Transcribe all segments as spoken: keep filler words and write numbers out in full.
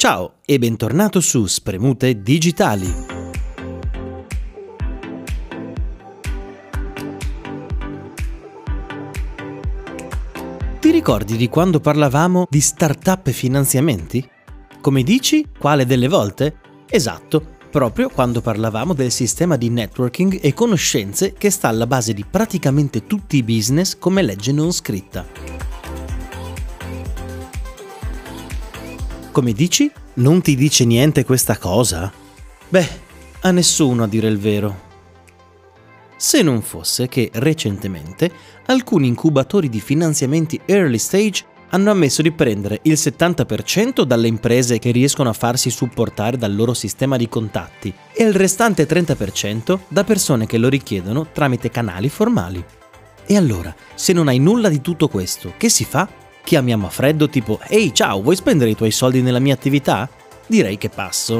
Ciao e bentornato su Spremute Digitali. Ti ricordi di quando parlavamo di startup e finanziamenti? Come dici? Quale delle volte? Esatto, proprio quando parlavamo del sistema di networking e conoscenze che sta alla base di praticamente tutti i business come legge non scritta. Come dici? Non ti dice niente questa cosa? Beh, a nessuno a dire il vero. Se non fosse che recentemente alcuni incubatori di finanziamenti early stage hanno ammesso di prendere il settanta per cento dalle imprese che riescono a farsi supportare dal loro sistema di contatti e il restante trenta per cento da persone che lo richiedono tramite canali formali. E allora, se non hai nulla di tutto questo, che si fa? Chiamiamo a freddo tipo «Ehi, ciao, vuoi spendere i tuoi soldi nella mia attività?» Direi che passo.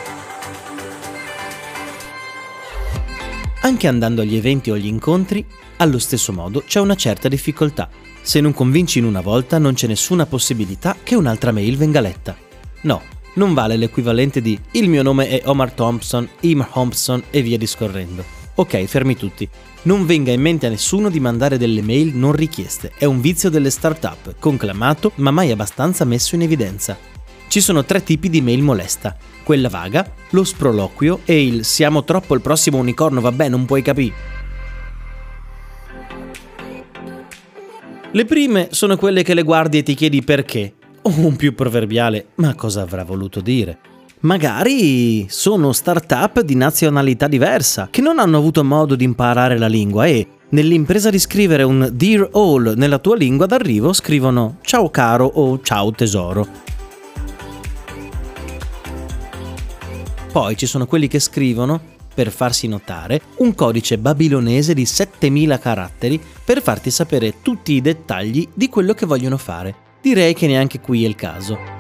Anche andando agli eventi o agli incontri, allo stesso modo c'è una certa difficoltà. Se non convinci in una volta non c'è nessuna possibilità che un'altra mail venga letta. No, non vale l'equivalente di «Il mio nome è Omar Thompson, Imar Thompson» e via discorrendo. Ok, fermi tutti. Non venga in mente a nessuno di mandare delle mail non richieste, è un vizio delle startup, conclamato ma mai abbastanza messo in evidenza. Ci sono tre tipi di mail molesta, quella vaga, lo sproloquio e il «siamo troppo il prossimo unicorno, vabbè non puoi capire». Le prime sono quelle che le guardi e ti chiedi perché, o un più proverbiale «ma cosa avrà voluto dire?». Magari sono start-up di nazionalità diversa, che non hanno avuto modo di imparare la lingua e, nell'impresa di scrivere un Dear All nella tua lingua d'arrivo, scrivono «ciao caro» o «ciao tesoro». Poi ci sono quelli che scrivono, per farsi notare, un codice babilonese di settemila caratteri per farti sapere tutti i dettagli di quello che vogliono fare. Direi che neanche qui è il caso.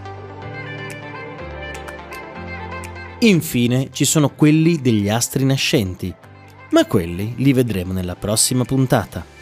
Infine ci sono quelli degli astri nascenti, ma quelli li vedremo nella prossima puntata.